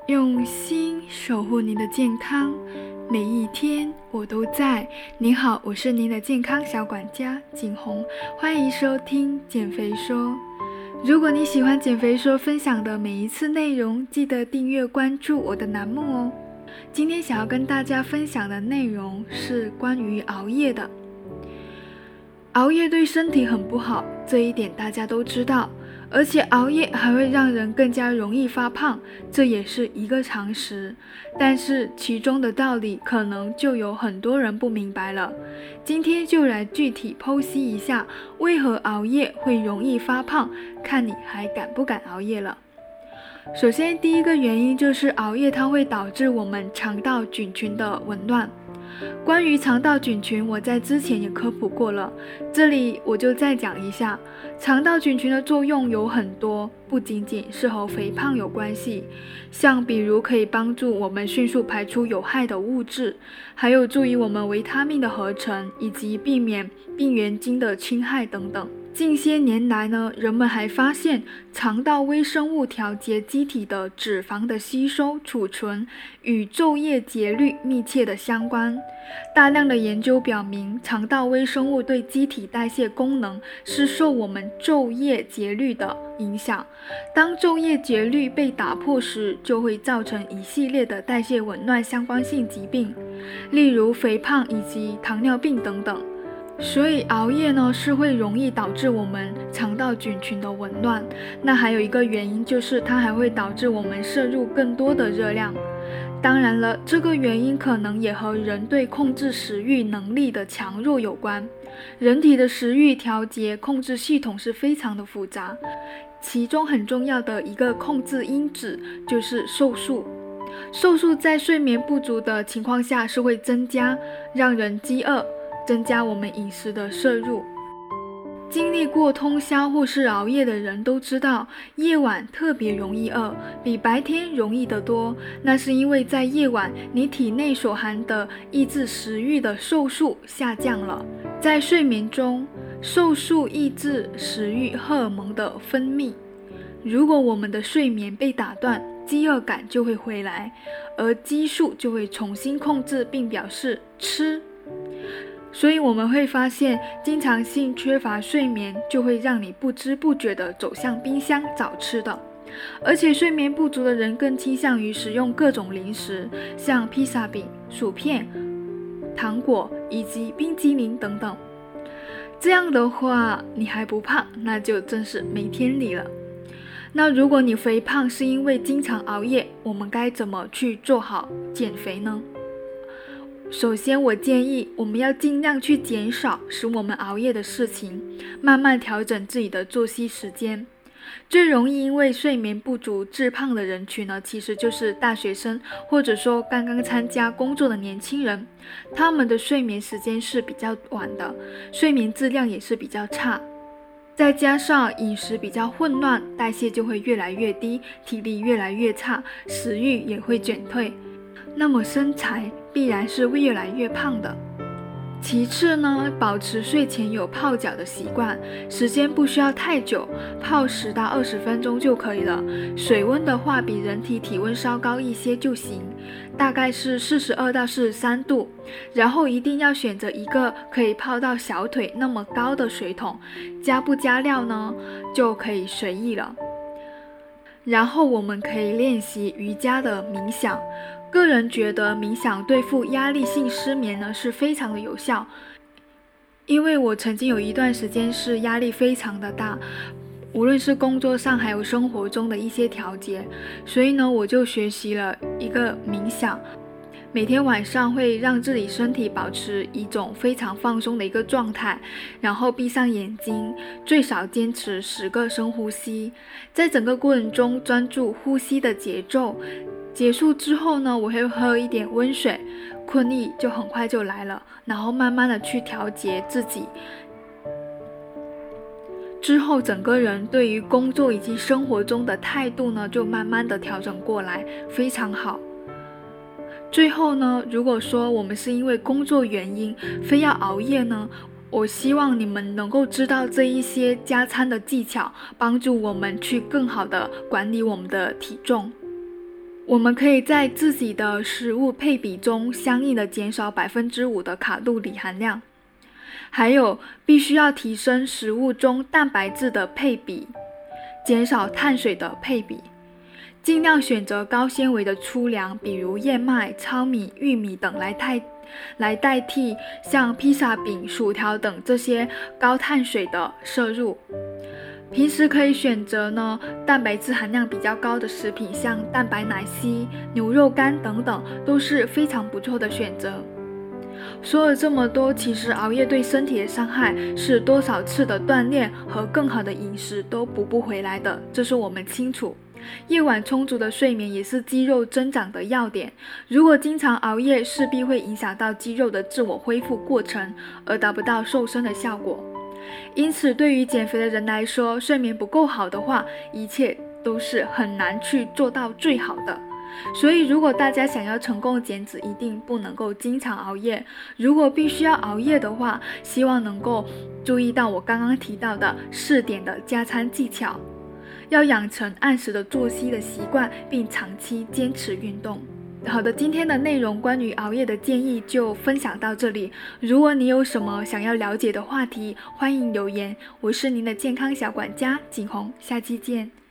用心守护您的健康，每一天我都在。您好，我是您的健康小管家景红，欢迎收听减肥说。如果你喜欢减肥说分享的每一次内容，记得订阅关注我的栏目哦。今天想要跟大家分享的内容是关于熬夜的。熬夜对身体很不好，这一点大家都知道，而且熬夜还会让人更加容易发胖，这也是一个常识。但是其中的道理可能就有很多人不明白了。今天就来具体剖析一下，为何熬夜会容易发胖，看你还敢不敢熬夜了。首先，第一个原因就是熬夜它会导致我们肠道菌群的紊乱。关于肠道菌群，我在之前也科普过了，这里我就再讲一下。肠道菌群的作用有很多，不仅仅是和肥胖有关系，像比如可以帮助我们迅速排出有害的物质，还有助于我们维他命的合成，以及避免病原菌的侵害等等。近些年来呢，人们还发现肠道微生物调节机体的脂肪的吸收、储存与昼夜节律密切的相关。大量的研究表明，肠道微生物对机体代谢功能是受我们昼夜节律的影响。当昼夜节律被打破时，就会造成一系列的代谢紊乱相关性疾病，例如肥胖以及糖尿病等等。所以熬夜呢是会容易导致我们肠道菌群的紊乱。那还有一个原因就是它还会导致我们摄入更多的热量。当然了，这个原因可能也和人对控制食欲能力的强弱有关。人体的食欲调节控制系统是非常的复杂，其中很重要的一个控制因子就是瘦素。瘦素在睡眠不足的情况下是会增加，让人饥饿，增加我们饮食的摄入。经历过通宵或是熬夜的人都知道，夜晚特别容易饿，比白天容易得多。那是因为在夜晚，你体内所含的抑制食欲的瘦素下降了。在睡眠中，瘦素抑制食欲荷尔蒙的分泌。如果我们的睡眠被打断，饥饿感就会回来，而激素就会重新控制并表示吃。所以我们会发现，经常性缺乏睡眠就会让你不知不觉地走向冰箱找吃的。而且睡眠不足的人更倾向于食用各种零食，像披萨饼、薯片、糖果以及冰激凌等等。这样的话，你还不胖，那就真是没天理了。那如果你肥胖是因为经常熬夜，我们该怎么去做好减肥呢？首先，我建议我们要尽量去减少使我们熬夜的事情，慢慢调整自己的作息时间。最容易因为睡眠不足致胖的人群呢，其实就是大学生，或者说刚刚参加工作的年轻人。他们的睡眠时间是比较晚的，睡眠质量也是比较差，再加上饮食比较混乱，代谢就会越来越低，体力越来越差，食欲也会减退，那么身材必然是会越来越胖的。其次呢，保持睡前有泡脚的习惯，时间不需要太久，泡10到20分钟就可以了。水温的话，比人体体温稍高一些就行，大概是42到43度。然后一定要选择一个可以泡到小腿那么高的水桶，加不加料呢，就可以随意了。然后我们可以练习瑜伽的冥想。个人觉得冥想对付压力性失眠呢是非常的有效，因为我曾经有一段时间是压力非常的大，无论是工作上还有生活中的一些调节，所以呢我就学习了一个冥想，每天晚上会让自己身体保持一种非常放松的一个状态，然后闭上眼睛，最少坚持10个深呼吸，在整个过程中专注呼吸的节奏。结束之后呢，我会喝一点温水，困意就很快就来了，然后慢慢的去调节自己。之后整个人对于工作以及生活中的态度呢，就慢慢的调整过来，非常好。最后呢，如果说我们是因为工作原因非要熬夜呢，我希望你们能够知道这一些加餐的技巧，帮助我们去更好的管理我们的体重。 我们可以在自己的食物配比中相应的减少 5% 的卡路里含量。还有，必须要提升食物中蛋白质的配比，减少碳水的配比，尽量选择高纤维的粗粮，比如燕麦、糙米、玉米等来代替像披萨饼、薯条等这些高碳水的摄入。平时可以选择蛋白质含量比较高的食品，像蛋白奶昔、牛肉干等等，都是非常不错的选择。说了这么多，其实熬夜对身体的伤害是多少次的锻炼和更好的饮食都补不回来的，这是我们清楚。夜晚充足的睡眠也是肌肉增长的要点，如果经常熬夜，势必会影响到肌肉的自我恢复过程，而达不到瘦身的效果。因此，对于减肥的人来说，睡眠不够好的话，一切都是很难去做到最好的。所以如果大家想要成功减脂，一定不能够经常熬夜。如果必须要熬夜的话，希望能够注意到我刚刚提到的4点的加餐技巧，要养成按时的作息的习惯，并长期坚持运动。好的，今天的内容关于熬夜的建议就分享到这里。如果你有什么想要了解的话题，欢迎留言。我是您的健康小管家景红，下期见。